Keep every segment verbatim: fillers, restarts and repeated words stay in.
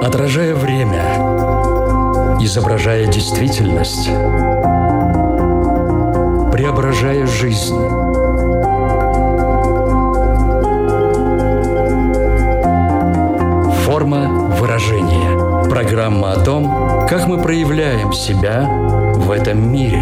Отражая время, изображая действительность, преображая жизнь. Форма выражения. Программа о том, как мы проявляем себя в этом мире.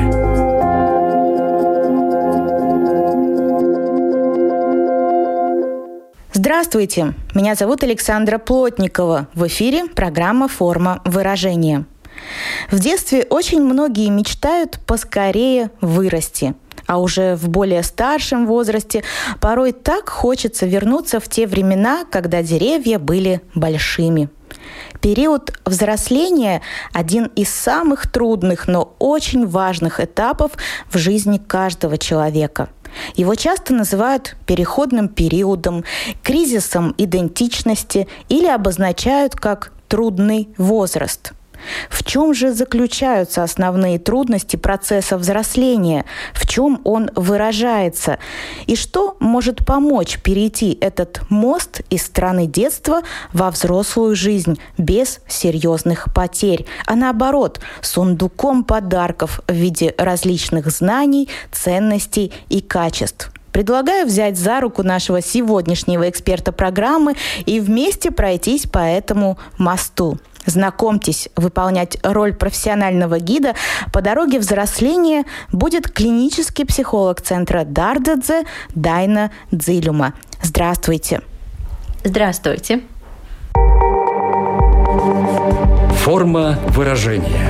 Здравствуйте! Меня зовут Александра Плотникова. В эфире программа «Форма выражения». В детстве очень многие мечтают поскорее вырасти. А уже в более старшем возрасте порой так хочется вернуться в те времена, когда деревья были большими. Период взросления – один из самых трудных, но очень важных этапов в жизни каждого человека. Его часто называют переходным периодом, кризисом идентичности или обозначают как трудный возраст. В чем же заключаются основные трудности процесса взросления? В чем он выражается? И что может помочь перейти этот мост из страны детства во взрослую жизнь без серьезных потерь, а наоборот, сундуком подарков в виде различных знаний, ценностей и качеств? Предлагаю взять за руку нашего сегодняшнего эксперта программы и вместе пройтись по этому мосту. Знакомьтесь, выполнять роль профессионального гида по дороге взросления будет клинический психолог центра Дардзадзе Дайна Дзилюма. Здравствуйте. Здравствуйте. Форма выражения.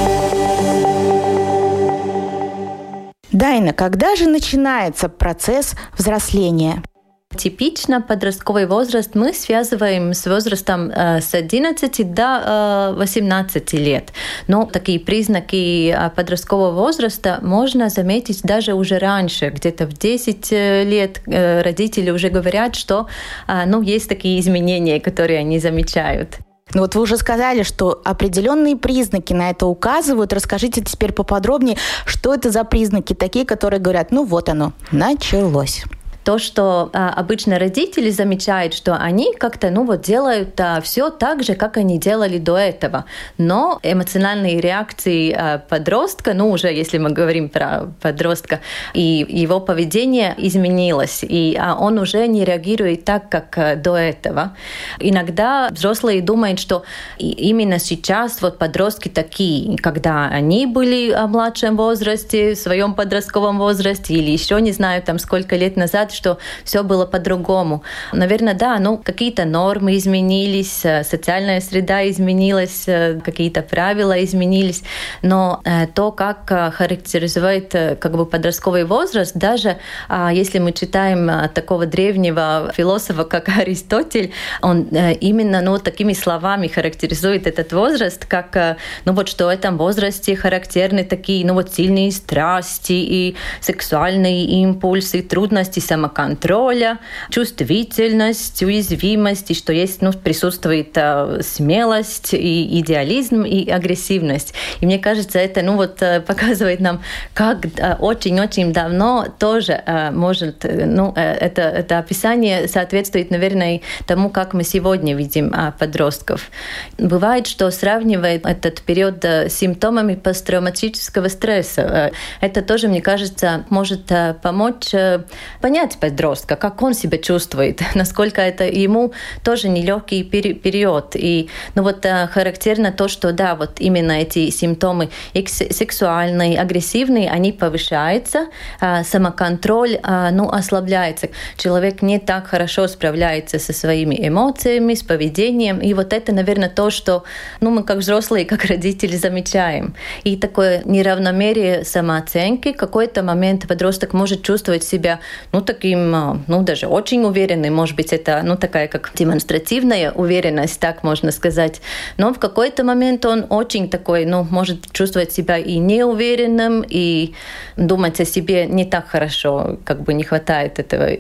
Дайна, когда же начинается процесс взросления? Типично подростковый возраст мы связываем с возрастом э, с одиннадцати до восемнадцати лет. Но такие признаки подросткового возраста можно заметить даже уже раньше. Где-то в десять лет э, родители уже говорят, что э, ну, есть такие изменения, которые они замечают. Ну вот вы уже сказали, что определенные признаки на это указывают. Расскажите теперь поподробнее, что это за признаки такие, которые говорят, ну вот оно, началось. То, что а, обычно родители замечают, что они как-то ну, вот, делают а, все так же, как они делали до этого. Но эмоциональные реакции а, подростка, ну уже если мы говорим про подростка, и его поведение изменилось, и а, он уже не реагирует так, как а, до этого. Иногда взрослые думают, что именно сейчас вот подростки такие, когда они были в младшем возрасте, в своем подростковом возрасте, или еще не знаю, там сколько лет назад, что все было по-другому. Наверное, да, ну, какие-то нормы изменились, социальная среда изменилась, какие-то правила изменились, но то, как характеризует как бы подростковый возраст, даже если мы читаем такого древнего философа, как Аристотель, он именно ну, такими словами характеризует этот возраст, как ну, вот, что в этом возрасте характерны такие ну, вот, сильные страсти и сексуальные импульсы, трудности самоконтроля, контроля, чувствительность, уязвимость, и что есть, ну, присутствует а, смелость, и идеализм, и агрессивность. И мне кажется, это, ну, вот, показывает нам, как а, очень-очень давно тоже а, может, ну, это, это описание соответствует, наверное, тому, как мы сегодня видим а, подростков. Бывает, что сравнивает этот период с симптомами посттравматического стресса. Это тоже, мне кажется, может помочь понять подростка, как он себя чувствует, насколько это ему тоже нелегкий период. И ну вот характерно то, что да, вот именно эти симптомы сексуальные, агрессивные, они повышаются, самоконтроль ну, ослабляется. Человек не так хорошо справляется со своими эмоциями, с поведением. И вот это, наверное, то, что ну, мы как взрослые, как родители замечаем. И такое неравномерие самооценки. В какой-то момент подросток может чувствовать себя ну, таким, ну, даже очень уверенным, может быть, это, ну, такая как демонстративная уверенность, так можно сказать, но в какой-то момент он очень такой, ну, может чувствовать себя и неуверенным, и думать о себе не так хорошо, как бы не хватает этого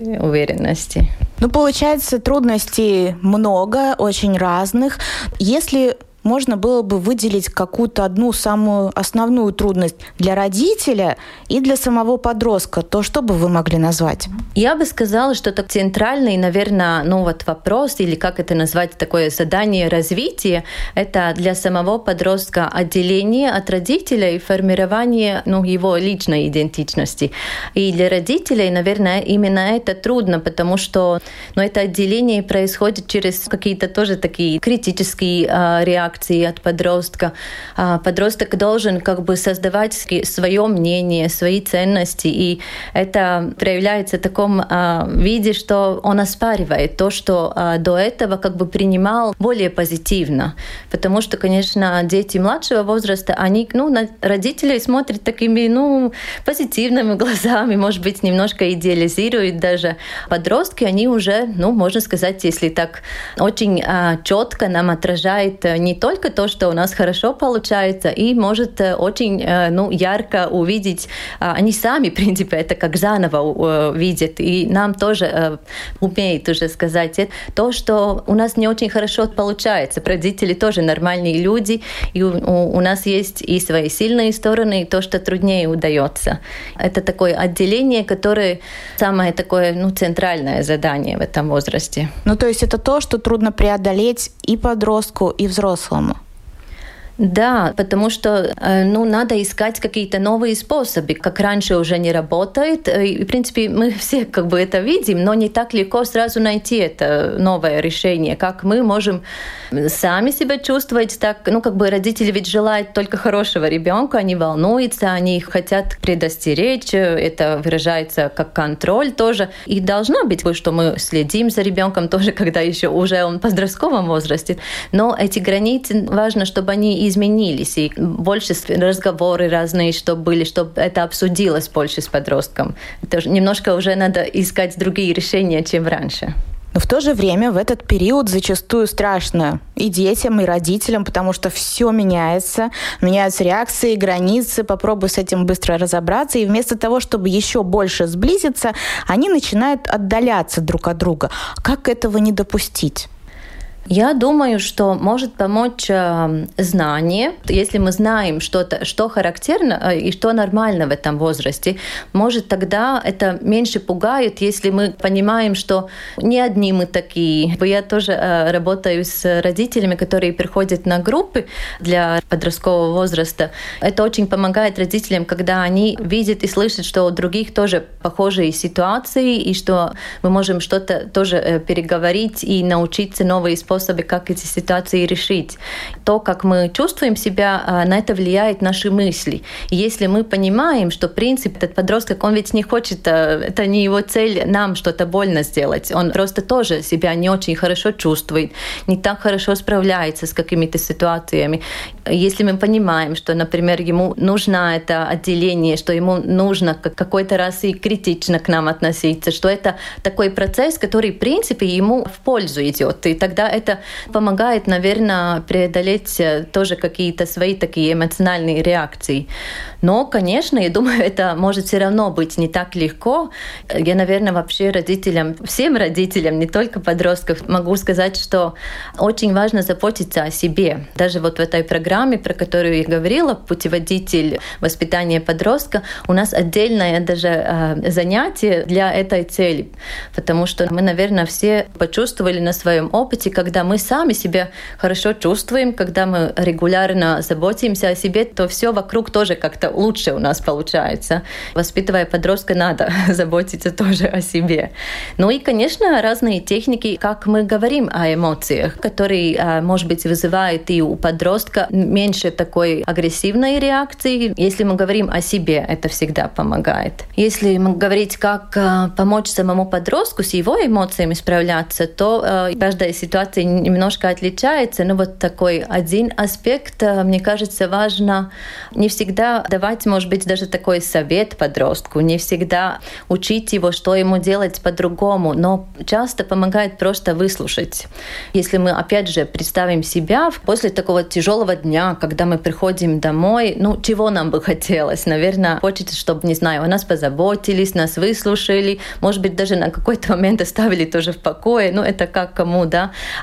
уверенности. Ну, получается, трудностей много, очень разных. Если можно было бы выделить какую-то одну самую основную трудность для родителя и для самого подростка, то что бы вы могли назвать? Я бы сказала, что это центральный, наверное, ну вот вопрос, или как это назвать, такое задание развития, это для самого подростка отделение от родителя и формирование ну, его личной идентичности. И для родителей, наверное, именно это трудно, потому что ну, это отделение происходит через какие-то тоже такие критические э, реакции от подростка. Э, подросток должен как бы создавать свое мнение, свои ценности, и это проявляется в таком э, виде, что он оспаривает то, что э, до этого как бы принимал более позитивно. Потому что, конечно, дети младшего возраста, они ну, на родителей смотрят такими ну, позитивными глазами, может быть, немножко идеализируют даже. Подростки, они уже, ну, можно сказать, если так очень э, четко нам отражает не только то, что у нас хорошо получается, и может э, очень э, ну, ярко увидеть, э, они сами, в принципе, это как заново э, видят, и нам тоже э, умеют уже сказать то, что у нас не очень хорошо получается. Родители тоже нормальные люди, и у, у нас есть и свои сильные стороны, и то, что труднее удается. Это такое отделение, которое самое такое ну, центральное задание в этом возрасте. Ну, то есть это то, что трудно преодолеть и подростку, и взрослому. Да, потому что ну, надо искать какие-то новые способы, как раньше уже не работает. И, в принципе, мы все как бы это видим, но не так легко сразу найти это новое решение, как мы можем сами себя чувствовать так. Ну, как бы родители ведь желают только хорошего ребенка, они волнуются, они хотят предостеречь, это выражается как контроль тоже. И должно быть, что мы следим за ребенком тоже, когда еще уже он в подростковом возрасте. Но эти границы важно, чтобы они изменились, и больше разговоры разные, чтобы были, чтобы это обсудилось больше с подростком. Это немножко уже надо искать другие решения, чем раньше. Но в то же время в этот период зачастую страшно и детям, и родителям, потому что все меняется, меняются реакции, границы, попробуй с этим быстро разобраться, и вместо того, чтобы еще больше сблизиться, они начинают отдаляться друг от друга. Как этого не допустить? Я думаю, что может помочь э, знание. Если мы знаем что-то, что характерно э, и что нормально в этом возрасте, может тогда это меньше пугает, если мы понимаем, что не одни мы такие. Я тоже э, работаю с родителями, которые приходят на группы для подросткового возраста. Это очень помогает родителям, когда они видят и слышат, что у других тоже похожие ситуации, и что мы можем что-то тоже э, переговорить и научиться новые способы, как эти ситуации решить. То, как мы чувствуем себя, на это влияет наши мысли. И если мы понимаем, что, в принципе, этот подросток, он ведь не хочет, это не его цель нам что-то больно сделать. Он просто тоже себя не очень хорошо чувствует, не так хорошо справляется с какими-то ситуациями. Если мы понимаем, что, например, ему нужно это отделение, что ему нужно какой-то раз и критично к нам относиться, что это такой процесс, который, в принципе, ему в пользу идет. И тогда это помогает, наверное, преодолеть тоже какие-то свои такие эмоциональные реакции. Но, конечно, я думаю, это может все равно быть не так легко. Я, наверное, вообще родителям, всем родителям, не только подростков, могу сказать, что очень важно заботиться о себе. Даже вот в этой программе, про которую я говорила, «Путеводитель воспитания подростка», у нас отдельное даже э, занятие для этой цели. Потому что мы, наверное, все почувствовали на своем опыте, когда мы сами себя хорошо чувствуем, когда мы регулярно заботимся о себе, то все вокруг тоже как-то лучше у нас получается. Воспитывая подростка, надо заботиться тоже о себе. Ну и, конечно, разные техники, как мы говорим о эмоциях, которые, может быть, вызывают и у подростка меньше такой агрессивной реакции. Если мы говорим о себе, это всегда помогает. Если мы говорить, как помочь самому подростку с его эмоциями справляться, то каждая ситуация немножко отличается. Но вот такой один аспект, мне кажется, важно не всегда давать, может быть, даже такой совет подростку, не всегда учить его, что ему делать по-другому, но часто помогает просто выслушать. Если мы, опять же, представим себя после такого тяжелого дня, когда мы приходим домой, ну, чего нам бы хотелось? Наверное, хочется, чтобы, не знаю, о нас позаботились, нас выслушали, может быть, даже на какой-то момент оставили тоже в покое, ну, это как кому, да.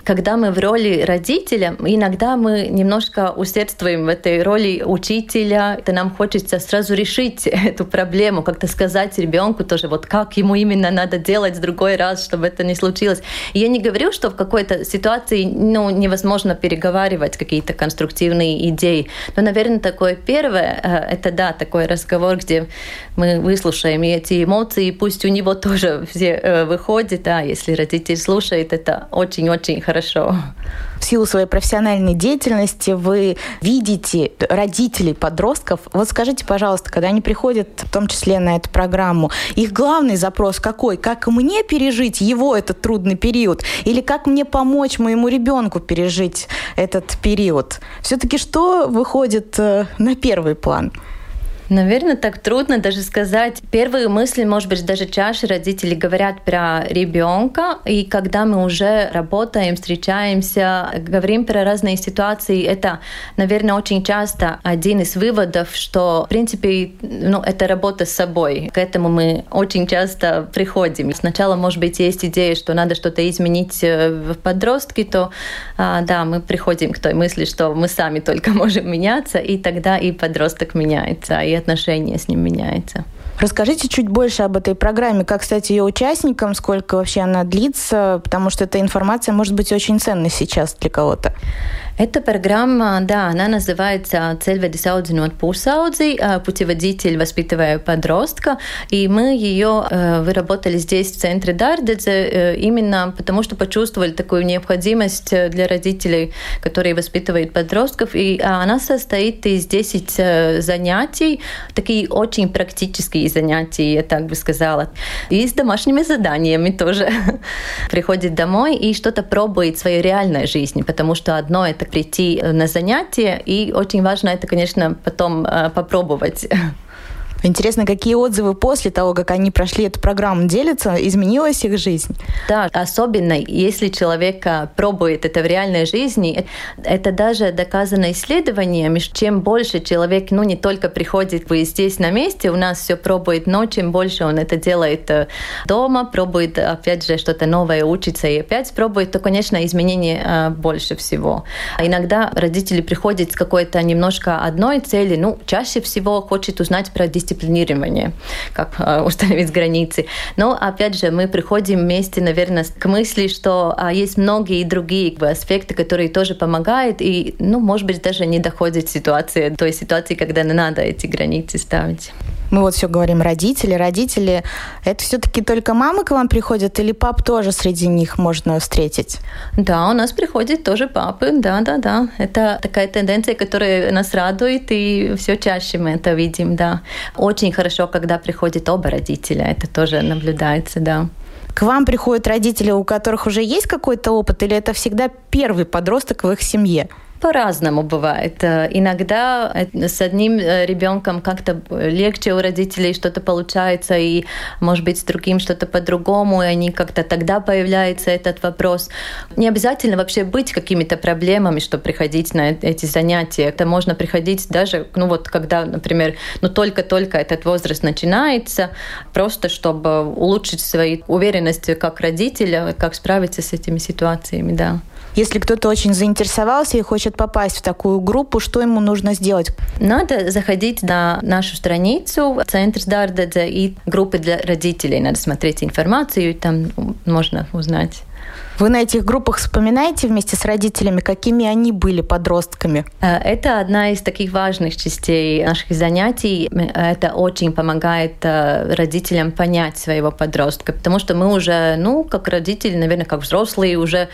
когда мы в роли родителя, иногда мы немножко усердствуем в этой роли учителя. Это нам хочется сразу решить эту проблему, как-то сказать ребенку тоже, вот как ему именно надо делать в другой раз, чтобы это не случилось. И я не говорю, что в какой-то ситуации ну, невозможно переговаривать какие-то конструктивные идеи. Но, наверное, такое первое, это да, такой разговор, где мы выслушаем и эти эмоции, пусть у него тоже все выходят, да, если родитель слушает, это очень-очень хорошо. В силу своей профессиональной деятельности вы видите родителей подростков. Вот скажите, пожалуйста, когда они приходят, в том числе на эту программу, их главный запрос какой? Как мне пережить его этот трудный период? Или как мне помочь моему ребенку пережить этот период? Все-таки что выходит на первый план? Наверное, так трудно даже сказать. Первые мысли, может быть, даже чаще родители говорят про ребенка, и когда мы уже работаем, встречаемся, говорим про разные ситуации, это, наверное, очень часто один из выводов, что, в принципе, ну, это работа с собой. К этому мы очень часто приходим. Сначала, может быть, есть идея, что надо что-то изменить в подростке, то, да, мы приходим к той мысли, что мы сами только можем меняться, и тогда и подросток меняется, и отношение с ним меняется. Расскажите чуть больше об этой программе, как стать ее участником, сколько вообще она длится, потому что эта информация может быть очень ценной сейчас для кого-то. Эта программа, да, она называется «Ceļvedis audzinot pusaudzi», «Путеводитель, воспитывая подростка», и мы ее выработали здесь, в центре Дардедзе, именно потому что почувствовали такую необходимость для родителей, которые воспитывают подростков, и она состоит из десяти занятий, такие очень практические занятия, я так бы сказала, и с домашними заданиями тоже. Приходит домой и что-то пробует в своей реальной жизни, потому что одно — это прийти на занятия, и очень важно это, конечно, потом попробовать. Интересно, какие отзывы после того, как они прошли эту программу, делятся? Изменилась их жизнь? Да, особенно если человек пробует это в реальной жизни, это даже доказано исследованиями, чем больше человек, ну, не только приходит вы здесь на месте, у нас все пробует, но чем больше он это делает дома, пробует, опять же, что-то новое, учится и опять пробует, то, конечно, изменений больше всего. Иногда родители приходят с какой-то немножко одной цели, ну, чаще всего хочет узнать про дисциплину, дисциплинирование, как э, установить границы. Но, опять же, мы приходим вместе, наверное, к мысли, что э, есть многие другие как бы, аспекты, которые тоже помогают, и, ну, может быть, даже не доходит ситуации, той ситуации, когда не надо эти границы ставить. Мы вот все говорим родители. Родители, это все-таки только мамы к вам приходят, или пап тоже среди них можно встретить? Да, у нас приходят тоже папы, да-да-да. Это такая тенденция, которая нас радует, и все чаще мы это видим, да. Очень хорошо, когда приходят оба родителя, это тоже наблюдается, да. К вам приходят родители, у которых уже есть какой-то опыт, или это всегда первый подросток в их семье? По-разному бывает. Иногда с одним ребенком как-то легче у родителей что-то получается, и, может быть, с другим что-то по-другому, и они как-то тогда появляется этот вопрос. Не обязательно вообще быть какими-то проблемами, чтобы приходить на эти занятия. Это можно приходить даже, ну вот, когда, например, ну только-только этот возраст начинается, просто чтобы улучшить свою уверенность как родителя, как справиться с этими ситуациями, да. Если кто-то очень заинтересовался и хочет попасть в такую группу, что ему нужно сделать? Надо заходить на нашу страницу «Центр Дардедзе» и группы для родителей. Надо смотреть информацию, и там можно узнать. Вы на этих группах вспоминаете вместе с родителями, какими они были подростками? Это одна из таких важных частей наших занятий. Это очень помогает родителям понять своего подростка, потому что мы уже, ну, как родители, наверное, как взрослые, уже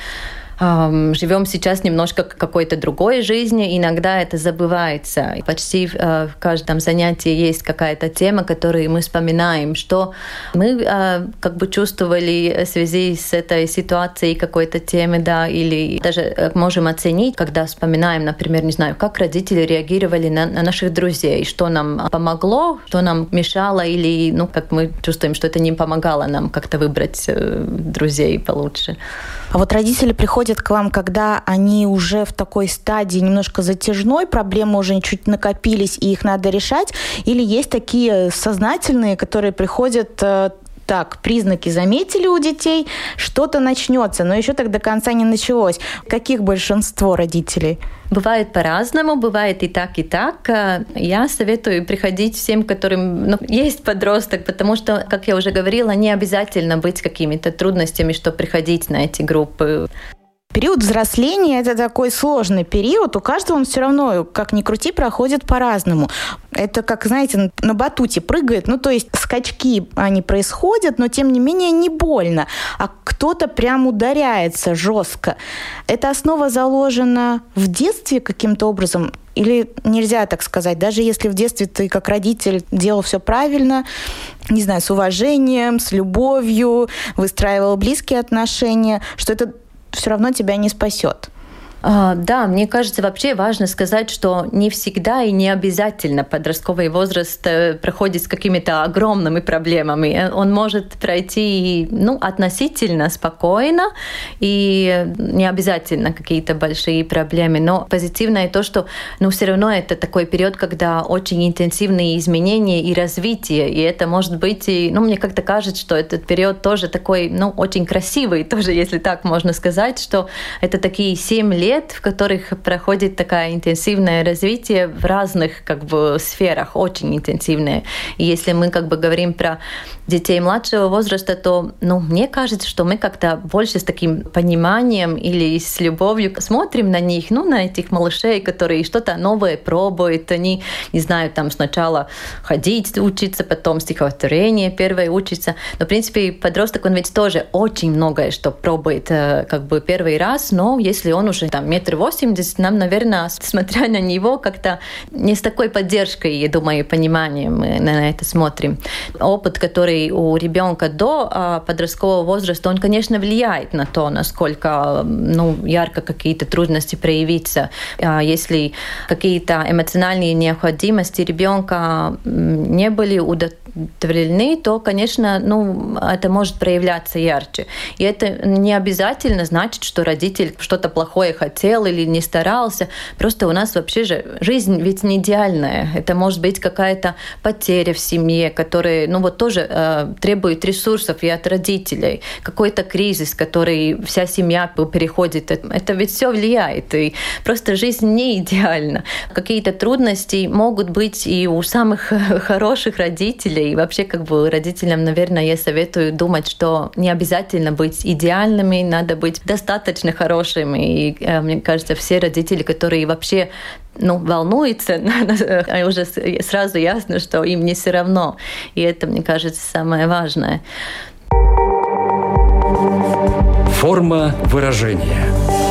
живем сейчас немножко какой-то другой жизнью, иногда это забывается. И почти в каждом занятии есть какая-то тема, которую мы вспоминаем, что мы как бы чувствовали в связи с этой ситуацией какой-то темы, да, или даже можем оценить, когда вспоминаем, например, не знаю, как родители реагировали на, на наших друзей, что нам помогло, что нам мешало, или, ну, как мы чувствуем, что это не помогало нам как-то выбрать друзей получше. А вот родители приходят к вам, когда они уже в такой стадии немножко затяжной, проблемы уже чуть накопились, и их надо решать? Или есть такие сознательные, которые приходят так, признаки заметили у детей, что-то начнется, но еще так до конца не началось. Каких большинство родителей? Бывает по-разному, бывает и так, и так. Я советую приходить всем, которым ну, есть подросток, потому что, как я уже говорила, не обязательно быть какими-то трудностями, чтобы приходить на эти группы. Период взросления – это такой сложный период. У каждого он все равно, как ни крути, проходит по-разному. Это, как, знаете, на батуте прыгает. Ну, то есть скачки, они происходят, но, тем не менее, не больно. А кто-то прям ударяется жестко. Эта основа заложена в детстве каким-то образом? Или нельзя так сказать? Даже если в детстве ты, как родитель, делал все правильно, не знаю, с уважением, с любовью, выстраивал близкие отношения, что это все равно тебя не спасет. Да, мне кажется, вообще важно сказать, что не всегда и не обязательно подростковый возраст проходит с какими-то огромными проблемами. Он может пройти ну, относительно спокойно и не обязательно какие-то большие проблемы. Но позитивное то, что ну, все равно это такой период, когда очень интенсивные изменения и развитие. И это может быть, и, ну, мне как-то кажется, что этот период тоже такой, ну, очень красивый, тоже, если так можно сказать, что это такие семь лет, в которых проходит такое интенсивное развитие в разных как бы, сферах, очень интенсивное. И если мы как бы говорим про детей младшего возраста, то ну, мне кажется, что мы как-то больше с таким пониманием или с любовью смотрим на них, ну, на этих малышей, которые что-то новое пробуют. Они, не знаю, там сначала ходить учиться, потом стихотворение первое учиться. Но, в принципе, подросток, он ведь тоже очень многое, что пробует как бы первый раз, но если он уже там метр восемьдесят, нам, наверное, смотря на него, как-то не с такой поддержкой, я думаю, пониманием мы на это смотрим. Опыт, который у ребенка до подросткового возраста, он, конечно, влияет на то, насколько ну, ярко какие-то трудности проявятся. Если какие-то эмоциональные необходимости ребенка не были удовлетворены, то, конечно, ну, это может проявляться ярче. И это не обязательно значит, что родитель что-то плохое хотел или не старался. Просто у нас вообще же жизнь ведь не идеальная. Это может быть какая-то потеря в семье, которая, ну вот тоже э, требует ресурсов и от родителей. Какой-то кризис, который вся семья переходит. Это ведь все влияет. И просто жизнь не идеальна. Какие-то трудности могут быть и у самых хороших родителей. И вообще как бы родителям, наверное, я советую думать, что не обязательно быть идеальными, надо быть достаточно хорошими. И э, мне кажется, все родители, которые вообще ну, волнуются, уже сразу ясно, что им не все равно. И это, мне кажется, самое важное. Форма выражения.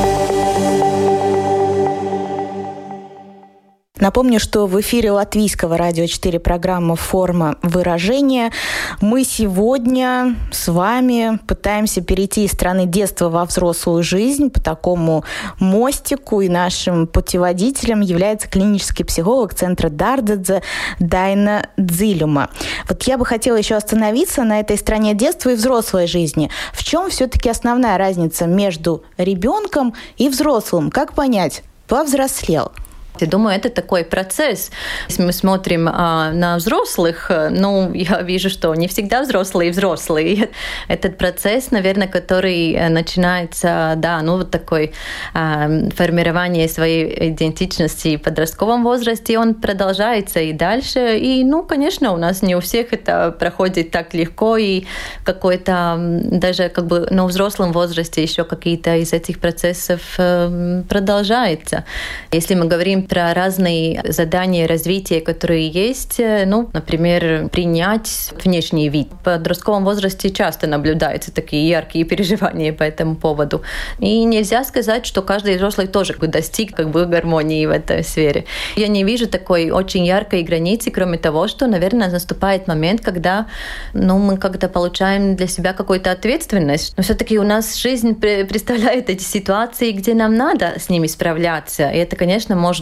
Напомню, что в эфире Латвийского радио четыре программа «Форма выражения». Мы сегодня с вами пытаемся перейти из страны детства во взрослую жизнь по такому мостику, и нашим путеводителем является клинический психолог центра Дардзадзе Дайна Дзилюма. Вот я бы хотела еще остановиться на этой стране детства и взрослой жизни. В чем все-таки основная разница между ребенком и взрослым? Как понять, повзрослел? Я думаю, это такой процесс. Если мы смотрим а, на взрослых, ну, я вижу, что не всегда взрослые и взрослые. Этот процесс, наверное, который начинается, да, ну, вот такой а, формирование своей идентичности в подростковом возрасте, он продолжается и дальше. И, ну, конечно, у нас не у всех это проходит так легко, и какой-то даже как бы, ну, в взрослом возрасте еще какие-то из этих процессов а, продолжаются. Если мы говорим про разные задания развития, которые есть. Ну, например, принять внешний вид. В подростковом возрасте часто наблюдаются такие яркие переживания по этому поводу. И нельзя сказать, что каждый взрослый тоже достиг как бы гармонии в этой сфере. Я не вижу такой очень яркой границы, кроме того, что, наверное, наступает момент, когда ну, мы как-то получаем для себя какую-то ответственность. Но все-таки у нас жизнь представляет эти ситуации, где нам надо с ними справляться. И это, конечно, может быть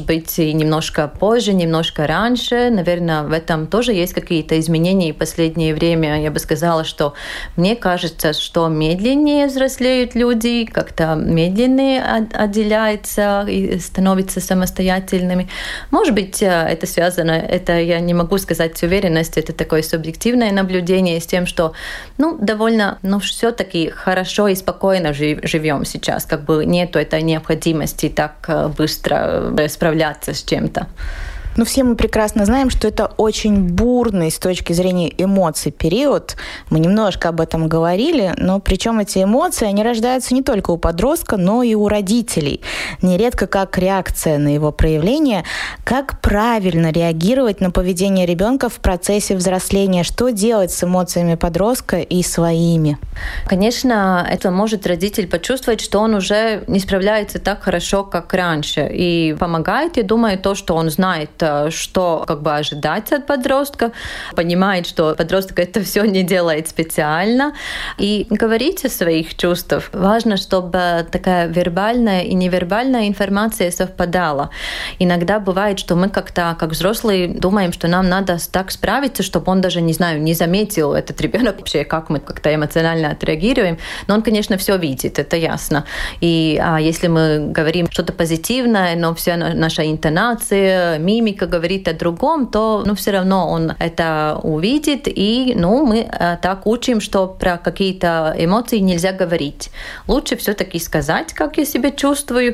быть, и немножко позже, немножко раньше. Наверное, в этом тоже есть какие-то изменения. И в последнее время я бы сказала, что мне кажется, что медленнее взрослеют люди, как-то медленнее отделяются и становятся самостоятельными. Может быть, это связано, это я не могу сказать с уверенностью, это такое субъективное наблюдение с тем, что ну, довольно, ну, все-таки хорошо и спокойно живем сейчас, как бы нету этой необходимости так быстро справляться с чем-то. Но все мы прекрасно знаем, что это очень бурный с точки зрения эмоций период. Мы немножко об этом говорили, но причем эти эмоции, они рождаются не только у подростка, но и у родителей. Нередко как реакция на его проявление. Как правильно реагировать на поведение ребенка в процессе взросления? Что делать с эмоциями подростка и своими? Конечно, это может родитель почувствовать, что он уже не справляется так хорошо, как раньше. И помогает, я думаю, то, что он знает, что как бы ожидать от подростка, понимает, что подросток это все не делает специально, и говорить о своих чувствах. Важно, чтобы такая вербальная и невербальная информация совпадала. Иногда бывает, что мы как-то, как взрослые, думаем, что нам надо так справиться, чтобы он даже, не знаю, не заметил этот ребенок вообще, как мы как-то эмоционально отреагируем. Но он, конечно, все видит, это ясно. И а если мы говорим что-то позитивное, но вся наша интонация, мимика говорит о другом, то ну, все равно он это увидит, и ну, мы так учим, что про какие-то эмоции нельзя говорить. Лучше все-таки сказать, как я себя чувствую,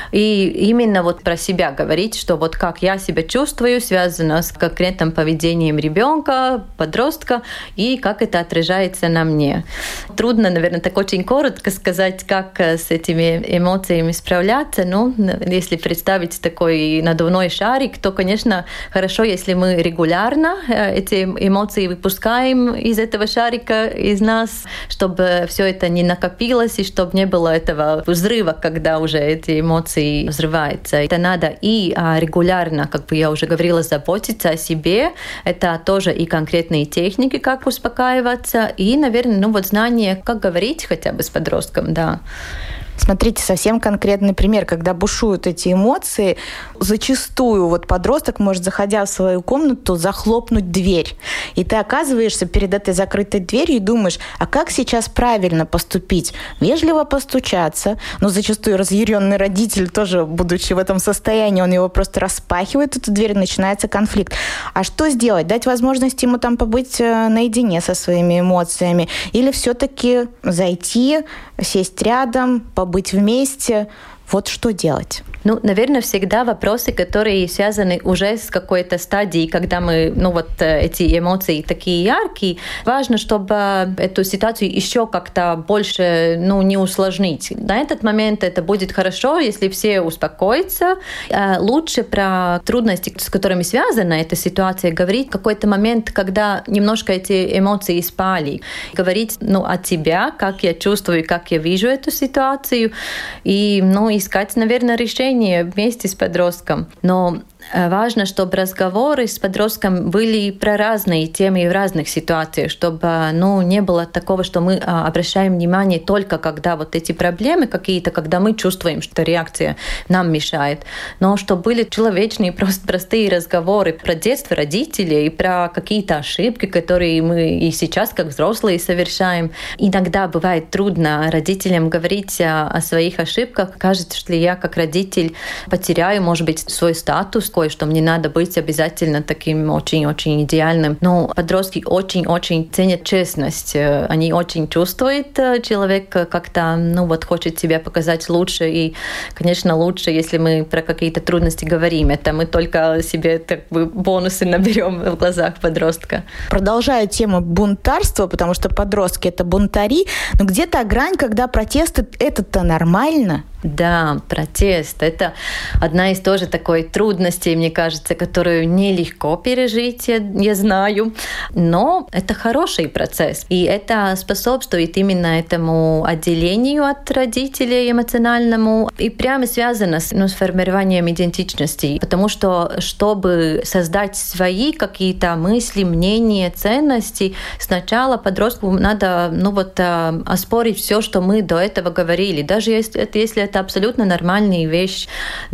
и именно вот про себя говорить, что вот как я себя чувствую, связано с конкретным поведением ребенка, подростка, и как это отражается на мне. Трудно, наверное, так очень коротко сказать, как с этими эмоциями справляться, но если представить такой надувной шарик, то, конечно, хорошо, если мы регулярно эти эмоции выпускаем из этого шарика, из нас, чтобы все это не накопилось и чтобы не было этого взрыва, когда уже эти эмоции взрываются. Это надо и регулярно, как бы я уже говорила, заботиться о себе. Это тоже и конкретные техники, как успокаиваться, и, наверное, ну вот знание, как говорить хотя бы с подростком, да. Смотрите, совсем конкретный пример, когда бушуют эти эмоции, зачастую вот подросток может, заходя в свою комнату, захлопнуть дверь. И ты оказываешься перед этой закрытой дверью и думаешь, а как сейчас правильно поступить? Вежливо постучаться, но зачастую разъяренный родитель тоже, будучи в этом состоянии, он его просто распахивает, эту дверь, и начинается конфликт. А что сделать? Дать возможность ему там побыть наедине со своими эмоциями? Или все-таки зайти, сесть рядом, побыть быть вместе. Вот что делать? Ну, наверное, всегда вопросы, которые связаны уже с какой-то стадией, когда мы, ну вот эти эмоции такие яркие. Важно, чтобы эту ситуацию еще как-то больше, ну, не усложнить. На этот момент это будет хорошо, если все успокоятся. Лучше про трудности, с которыми связана эта ситуация, говорить в какой-то момент, когда немножко эти эмоции спали. Говорить, ну, от себя, как я чувствую, как я вижу эту ситуацию, и, ну, искать, наверное, решение вместе с подростком. Но важно, чтобы разговоры с подростком были про разные темы и в разных ситуациях, чтобы ну, не было такого, что мы обращаем внимание только когда вот эти проблемы какие-то, когда мы чувствуем, что реакция нам мешает, но чтобы были человечные, просто простые разговоры про детство родителей, про какие-то ошибки, которые мы и сейчас, как взрослые, совершаем. Иногда бывает трудно родителям говорить о, о своих ошибках. Кажется, что я как родитель потеряю, может быть, свой статус, что мне надо быть обязательно таким очень-очень идеальным. Но подростки очень-очень ценят честность. Они очень чувствуют, человек как-то, ну вот, хочет себя показать лучше. И, конечно, лучше, если мы про какие-то трудности говорим. Это мы только себе так бы бонусы наберем в глазах подростка. Продолжаю тему бунтарства, потому что подростки — это бунтари. Но где-то грань, когда протесты — это-то нормально. Да, протест. Это одна из тоже такой трудностей, мне кажется, которую нелегко пережить, я, я знаю. Но это хороший процесс. И это способствует именно этому отделению от родителей эмоциональному. И прямо связано с, ну, с формированием идентичности. Потому что, чтобы создать свои какие-то мысли, мнения, ценности, сначала подростку надо ну, вот, оспорить все, что мы до этого говорили. Даже если это, если это абсолютно нормальная вещь.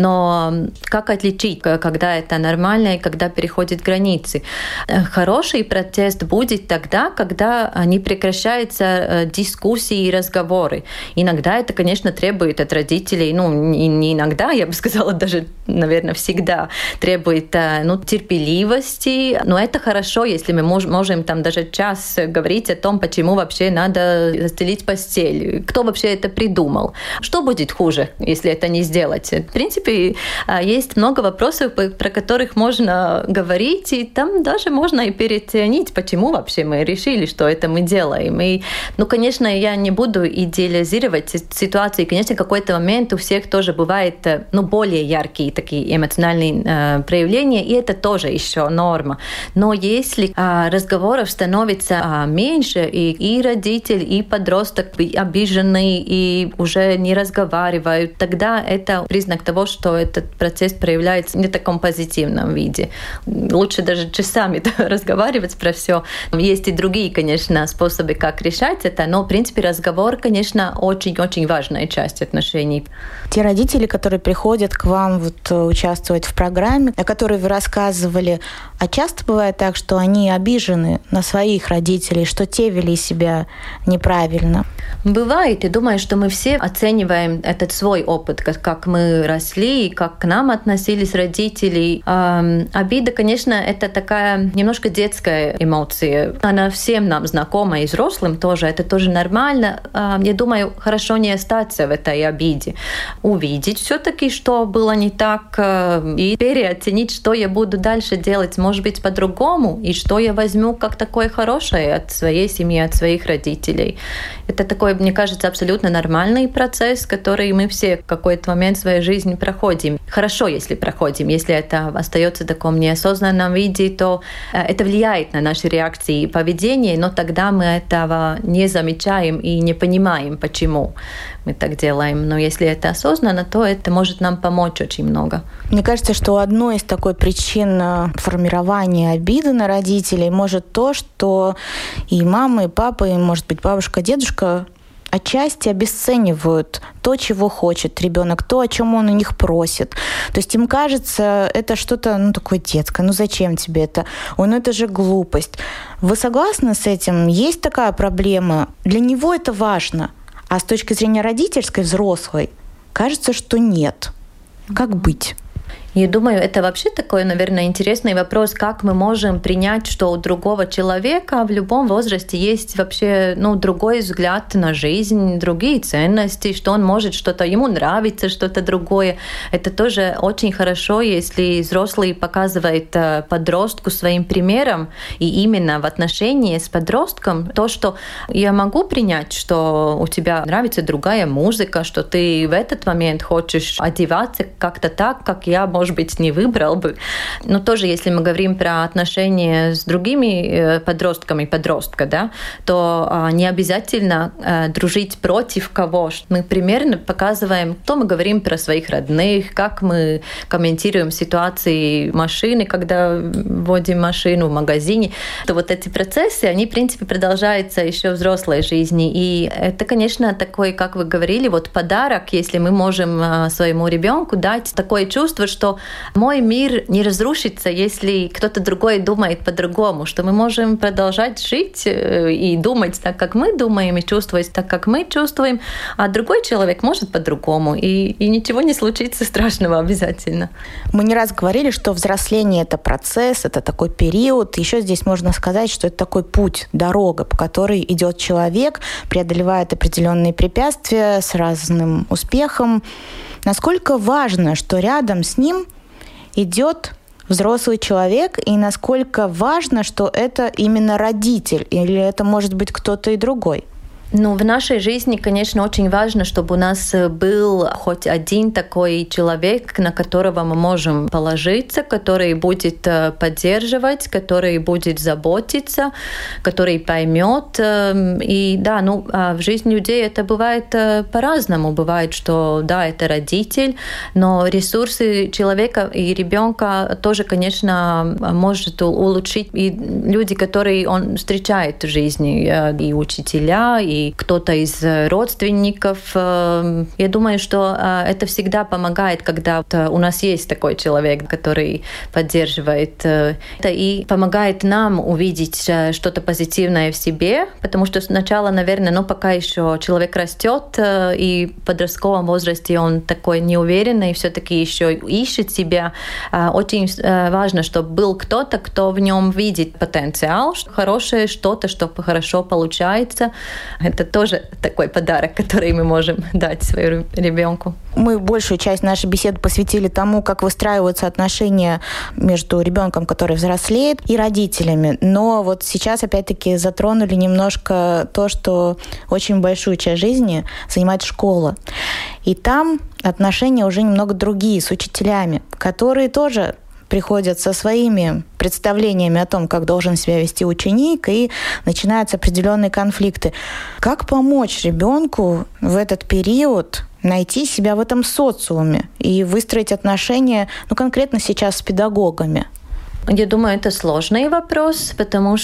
Но как отличить, когда это нормально и когда переходит границы? Хороший протест будет тогда, когда не прекращаются дискуссии и разговоры. Иногда это, конечно, требует от родителей, ну, не иногда, я бы сказала, даже, наверное, всегда требует, ну, терпеливости. Но это хорошо, если мы можем там даже час говорить о том, почему вообще надо застелить постель. Кто вообще это придумал? Что будет хуже, если это не сделать? В принципе, есть много вопросов, про которых можно говорить, и там даже можно и переоценить, почему вообще мы решили, что это мы делаем. И, ну, конечно, я не буду идеализировать ситуацию. И, конечно, в какой-то момент у всех тоже бывает, ну, более яркие такие эмоциональные э, проявления, и это тоже еще норма. Но если э, разговоров становится э, меньше, и, и родитель, и подросток обижены, и уже не разговаривают, тогда это признак того, что этот процесс проявляется не в таком позитивном виде. Лучше даже часами разговаривать про все. Есть и другие, конечно, способы, как решать это, но, в принципе, разговор, конечно, очень-очень важная часть отношений. Те родители, которые приходят к вам вот, участвовать в программе, о которой вы рассказывали, а часто бывает так, что они обижены на своих родителей, что те вели себя неправильно? Бывает, и думаю, что мы все оцениваем этот свой опыт, как, как мы росли, как к нам относились родители. Эм, обида, конечно, это такая немножко детская эмоция. Она всем нам знакома, и взрослым тоже. Это тоже нормально. Эм, я думаю, хорошо не остаться в этой обиде. Увидеть все-таки, что было не так, э, и переоценить, что я буду дальше делать, может быть, по-другому, и что я возьму как такое хорошее от своей семьи, от своих родителей. Это такой, мне кажется, абсолютно нормальный процесс, который мы все в какой-то момент в своей жизни проходим. Хорошо, если проходим. Если это остается в таком неосознанном виде, то это влияет на наши реакции и поведение, но тогда мы этого не замечаем и не понимаем, почему мы так делаем. Но если это осознанно, то это может нам помочь очень много. Мне кажется, что одной из такой причин формирования обиды на родителей может то, что и мама, и папа, и, может быть, бабушка, дедушка отчасти обесценивают то, чего хочет ребенок, то, о чем он у них просит. То есть им кажется, это что-то, ну, такое детское. Ну, зачем тебе это? Ой, ну, это же глупость. Вы согласны с этим? Есть такая проблема? Для него это важно. А с точки зрения родительской, взрослой, кажется, что нет. Как быть? Я думаю, это вообще такой, наверное, интересный вопрос, как мы можем принять, что у другого человека в любом возрасте есть вообще, ну, другой взгляд на жизнь, другие ценности, что он может что-то, ему нравится что-то другое. Это тоже очень хорошо, если взрослый показывает подростку своим примером, и именно в отношении с подростком то, что я могу принять, что у тебя нравится другая музыка, что ты в этот момент хочешь одеваться как-то так, как я, может быть, не выбрал бы. Но тоже, если мы говорим про отношения с другими подростками, подростка, да, то не обязательно дружить против кого. Мы примерно показываем, что мы говорим про своих родных, как мы комментируем ситуации машины, когда водим машину в магазине. То вот эти процессы, они, в принципе, продолжаются еще в взрослой жизни. И это, конечно, такой, как вы говорили, вот подарок, если мы можем своему ребенку дать такое чувство, что мой мир не разрушится, если кто-то другой думает по-другому, что мы можем продолжать жить и думать так, как мы думаем, и чувствовать так, как мы чувствуем, а другой человек может по-другому, и, и ничего не случится страшного обязательно. Мы не раз говорили, что взросление — это процесс, это такой период. Еще здесь можно сказать, что это такой путь, дорога, по которой идет человек, преодолевает определенные препятствия с разным успехом. Насколько важно, что рядом с ним идет взрослый человек, и насколько важно, что это именно родитель, или это может быть кто-то и другой? Ну, в нашей жизни, конечно, очень важно, чтобы у нас был хоть один такой человек, на которого мы можем положиться, который будет поддерживать, который будет заботиться, который поймет. И да, ну, в жизни людей это бывает по-разному. Бывает, что да, это родитель, но ресурсы человека и ребенка тоже, конечно, может улучшить и люди, которые он встречает в жизни, и учителя, и или кто-то из родственников. Я думаю, что это всегда помогает, когда у нас есть такой человек, который поддерживает это и помогает нам увидеть что-то позитивное в себе, потому что сначала, наверное, ну, пока еще человек растет, и в подростковом возрасте он такой неуверенный, все-таки еще ищет себя. Очень важно, чтобы был кто-то, кто в нем видит потенциал, хорошее что-то, что хорошо получается. Это тоже такой подарок, который мы можем дать своему ребенку. Мы большую часть нашей беседы посвятили тому, как выстраиваются отношения между ребенком, который взрослеет, и родителями. Но вот сейчас опять-таки затронули немножко то, что очень большую часть жизни занимает школа. И там отношения уже немного другие с учителями, которые тоже приходят со своими представлениями о том, как должен себя вести ученик, и начинаются определенные конфликты. Как помочь ребенку в этот период найти себя в этом социуме и выстроить отношения, ну, конкретно сейчас с педагогами? Я думаю, это сложный вопрос, потому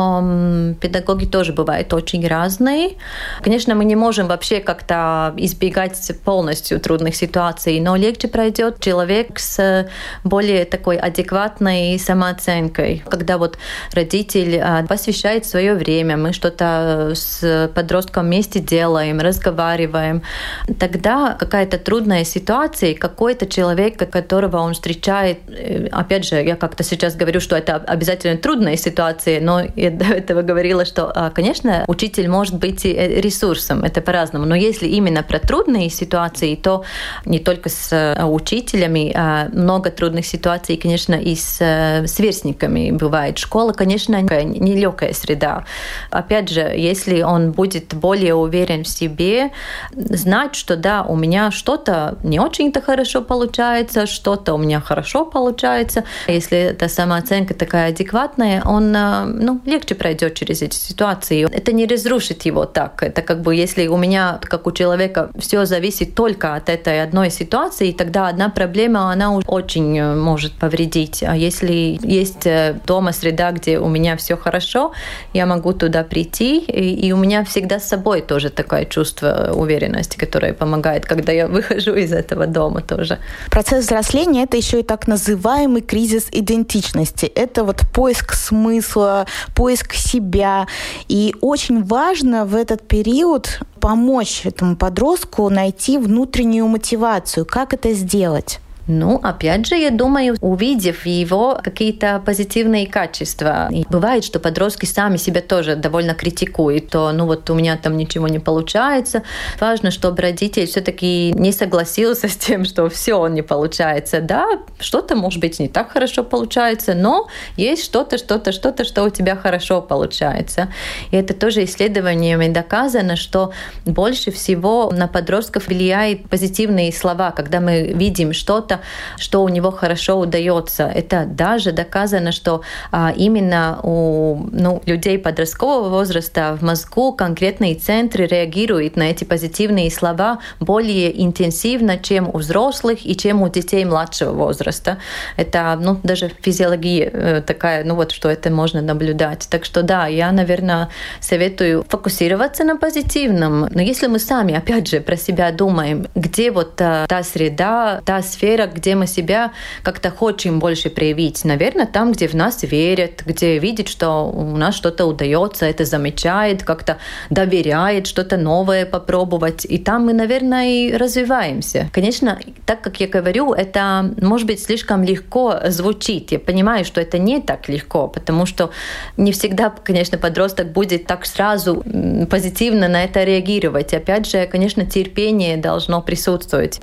что педагоги тоже бывают очень разные. Конечно, мы не можем вообще как-то избегать полностью трудных ситуаций, но легче пройдет человек с более такой адекватной самооценкой. Когда вот родитель посвящает свое время, мы что-то с подростком вместе делаем, разговариваем, тогда какая-то трудная ситуация, какой-то человек, которого он встречает, опять же, я как-то сейчас говорю, что это обязательно трудная ситуация, но я до этого говорила, что, конечно, учитель может быть ресурсом, это по-разному. Но если именно про трудные ситуации, то не только с учителями, а много трудных ситуаций, конечно, и с сверстниками бывает. Школа, конечно, нелегкая среда. Опять же, если он будет более уверен в себе, знать, что да, у меня что-то не очень-то хорошо получается, что-то у меня хорошо получается. Если это самооценка такая адекватная, он, ну, легче пройдет через эти ситуации. Это не разрушит его так. Это как бы, если у меня, как у человека, все зависит только от этой одной ситуации, тогда одна проблема, она очень может повредить. А если есть дома среда, где у меня все хорошо, я могу туда прийти, и, и у меня всегда с собой тоже такое чувство уверенности, которое помогает, когда я выхожу из этого дома тоже. Процесс взросления — это еще и так называемый кризис идентичности. Это вот поиск смысла, поиск себя. И очень важно в этот период помочь этому подростку найти внутреннюю мотивацию. Как это сделать? Ну, опять же, я думаю, увидев его какие-то позитивные качества. И бывает, что подростки сами себя тоже довольно критикуют. То, ну вот у меня там ничего не получается. Важно, чтобы родитель все-таки не согласился с тем, что все он не получается. Да, что-то, может быть, не так хорошо получается, но есть что-то, что-то, что-то, что у тебя хорошо получается. И это тоже исследованиями доказано, что больше всего на подростков влияет позитивные слова, когда мы видим что-то, что у него хорошо удается. Это даже доказано, что а, именно у ну, людей подросткового возраста в мозгу конкретные центры реагируют на эти позитивные слова более интенсивно, чем у взрослых и чем у детей младшего возраста. Это ну, даже физиология такая, ну вот, что это можно наблюдать. Так что да, я, наверное, советую фокусироваться на позитивном. Но если мы сами, опять же, про себя думаем, где вот та, та среда, та сфера, где мы себя как-то хотим больше проявить. Наверное, там, где в нас верят, где видят, что у нас что-то удается, это замечает, как-то доверяет что-то новое попробовать. И там мы, наверное, и развиваемся. Конечно, так как я говорю, это, может быть, слишком легко звучит. Я понимаю, что это не так легко, потому что не всегда, конечно, подросток будет так сразу позитивно на это реагировать. Опять же, конечно, терпение должно присутствовать.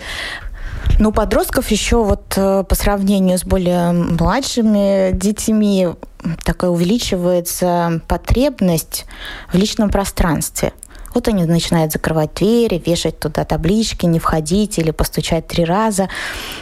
Ну, подростков еще вот по сравнению с более младшими детьми такая увеличивается потребность в личном пространстве. Вот они начинают закрывать двери, вешать туда таблички, не входить или постучать три раза.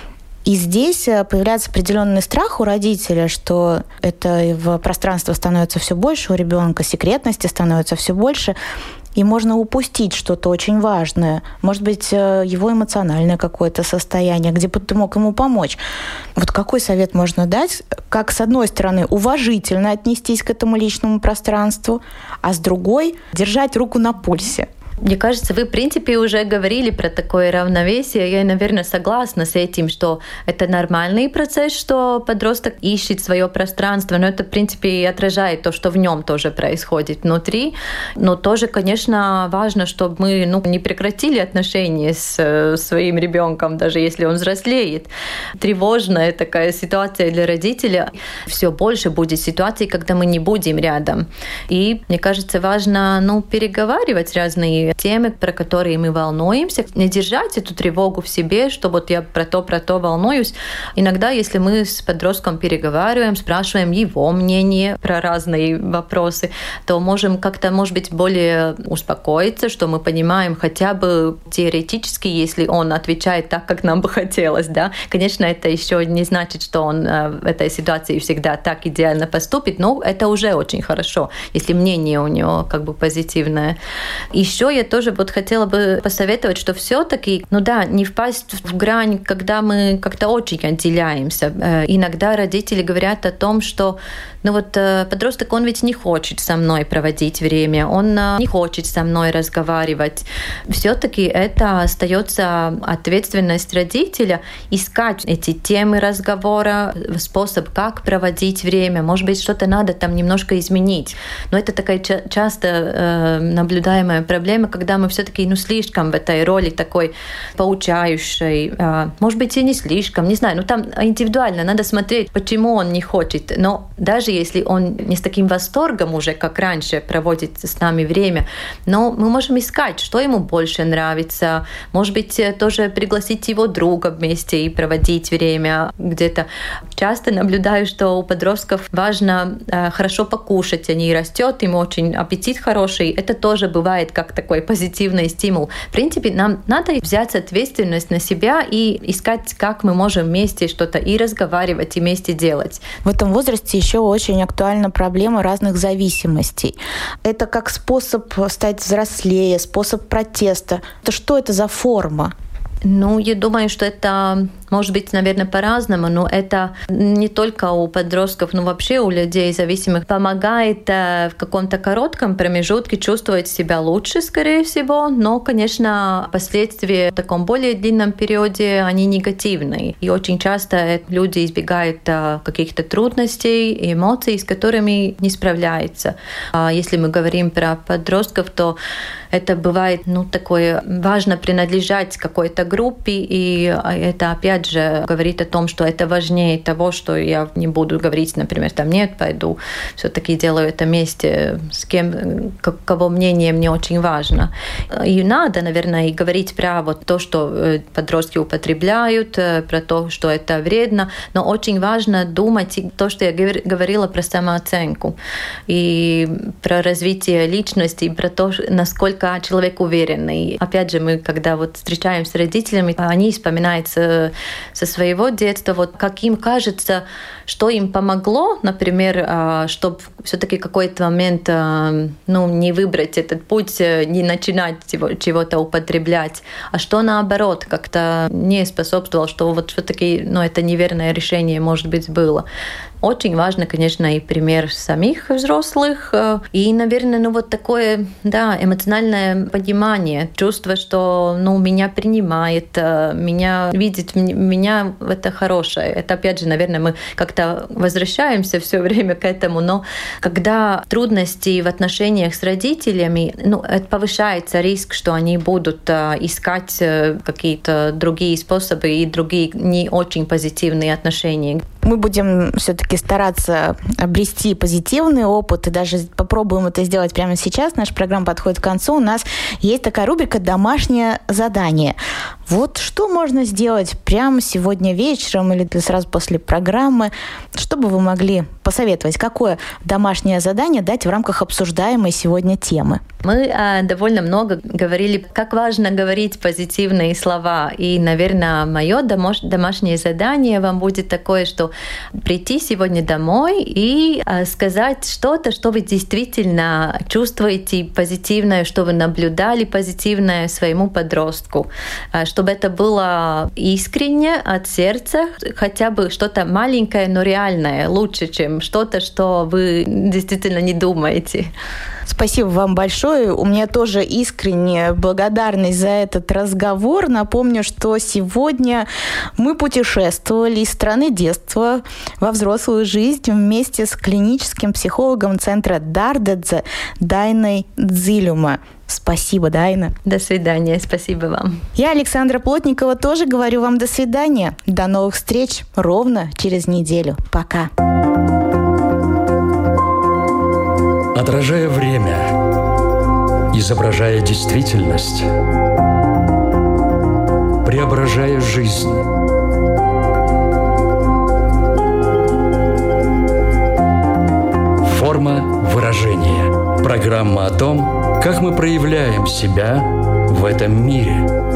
И здесь появляется определенный страх у родителя, что это пространство становится все больше у ребенка, секретности становится все больше. и можно упустить что-то очень важное. Может быть, его эмоциональное какое-то состояние, где бы ты мог ему помочь. Вот какой совет можно дать, как, с одной стороны, уважительно отнестись к этому личному пространству, а с другой — держать руку на пульсе? Мне кажется, вы, в принципе, уже говорили про такое равновесие. Я, наверное, согласна с этим, что это нормальный процесс, что подросток ищет свое пространство, но это, в принципе, и отражает то, что в нем тоже происходит внутри. Но тоже, конечно, важно, чтобы мы ну, не прекратили отношения с своим ребенком, даже если он взрослеет. Тревожная такая ситуация для родителя. Все больше будет ситуаций, когда мы не будем рядом. И, мне кажется, важно ну, переговаривать разные темы, про которые мы волнуемся, не держать эту тревогу в себе, что вот я про то, про то волнуюсь. Иногда, если мы с подростком переговариваем, спрашиваем его мнение про разные вопросы, то можем как-то, может быть, более успокоиться, что мы понимаем хотя бы теоретически, если он отвечает так, как нам бы хотелось. Да? Конечно, это еще не значит, что он в этой ситуации всегда так идеально поступит, но это уже очень хорошо, если мнение у него как бы позитивное. Еще я тоже вот хотела бы посоветовать, что все-таки, ну да, не впасть в грань, когда мы как-то очень отделяемся. Иногда родители говорят о том, что ну вот подросток, он ведь не хочет со мной проводить время, он не хочет со мной разговаривать. Все-таки это остается ответственность родителя искать эти темы разговора, способ, как проводить время. Может быть, что-то надо там немножко изменить. Но это такая часто наблюдаемая проблема, когда мы все-таки ну, слишком в этой роли такой поучающей, может быть, и не слишком, не знаю, ну там индивидуально надо смотреть, почему он не хочет. Но даже если он не с таким восторгом уже, как раньше, проводит с нами время, но мы можем искать, что ему больше нравится. Может быть, тоже пригласить его друга вместе и проводить время где-то. Часто наблюдаю, что у подростков важно хорошо покушать, они растет, ему очень аппетит хороший. Это тоже бывает как такой позитивный стимул. В принципе, нам надо взять ответственность на себя и искать, как мы можем вместе что-то и разговаривать, и вместе делать. В этом возрасте еще очень актуальна проблема разных зависимостей. Это как способ стать взрослее, способ протеста. Это что это за форма? Ну, я думаю, что это может быть, наверное, по-разному, но это не только у подростков, но вообще у людей зависимых помогает в каком-то коротком промежутке чувствовать себя лучше, скорее всего, но, конечно, последствия в таком более длинном периоде, они негативные. И очень часто люди избегают каких-то трудностей и эмоций, с которыми не справляются. Если мы говорим про подростков, то это бывает, ну, такое важно принадлежать какой-то группе, и это, опять же, говорит о том, что это важнее того, что я не буду говорить, например, там, нет, пойду, все-таки делаю это вместе с кем, кого мнение мне очень важно. И надо, наверное, и говорить про вот то, что подростки употребляют, про то, что это вредно, но очень важно думать то, что я говорила про самооценку, и про развитие личности, и про то, насколько человек уверенный. Опять же, мы, когда вот встречаемся с родителями, они вспоминают со, со своего детства, вот как им кажется, что им помогло, например, чтобы все-таки какой-то момент ну, не выбрать этот путь, не начинать чего-то употреблять, а что наоборот как-то не способствовало, что вот все-таки ну, это неверное решение, может быть, было. Очень важно, конечно, и пример самих взрослых, и, наверное, ну вот такое, да, эмоциональное понимание, чувство, что, ну, меня принимает, меня видит, меня это хорошее. Это, опять же, наверное, мы как-то возвращаемся все время к этому, но когда трудности в отношениях с родителями, ну, это повышается риск, что они будут искать какие-то другие способы и другие не очень позитивные отношения. Мы будем все-таки стараться обрести позитивный опыт и даже попробуем это сделать прямо сейчас. Наша программа подходит к концу. У нас есть такая рубрика «Домашнее задание». Вот что можно сделать прямо сегодня вечером или сразу после программы, чтобы вы могли посоветовать, какое домашнее задание дать в рамках обсуждаемой сегодня темы? Мы э, довольно много говорили, как важно говорить позитивные слова. И, наверное, мое домаш- домашнее задание вам будет такое, что прийти сегодня домой и э, сказать что-то, что вы действительно чувствуете позитивное, что вы наблюдали позитивное своему подростку. Э, чтобы это было искренне от сердца, хотя бы что-то маленькое, но реальное, лучше, чем что-то, что вы действительно не думаете. Спасибо вам большое. У меня тоже искренняя благодарность за этот разговор. Напомню, что сегодня мы путешествовали из страны детства во взрослую жизнь вместе с клиническим психологом центра Дардедзе Дайной Дзилюма. Спасибо, Дайна. До свидания. Спасибо вам. Я, Александра Плотникова, тоже говорю вам до свидания. До новых встреч ровно через неделю. Пока. Отражая время, изображая действительность, преображая жизнь. Форма выражения. Программа о том, как мы проявляем себя в этом мире.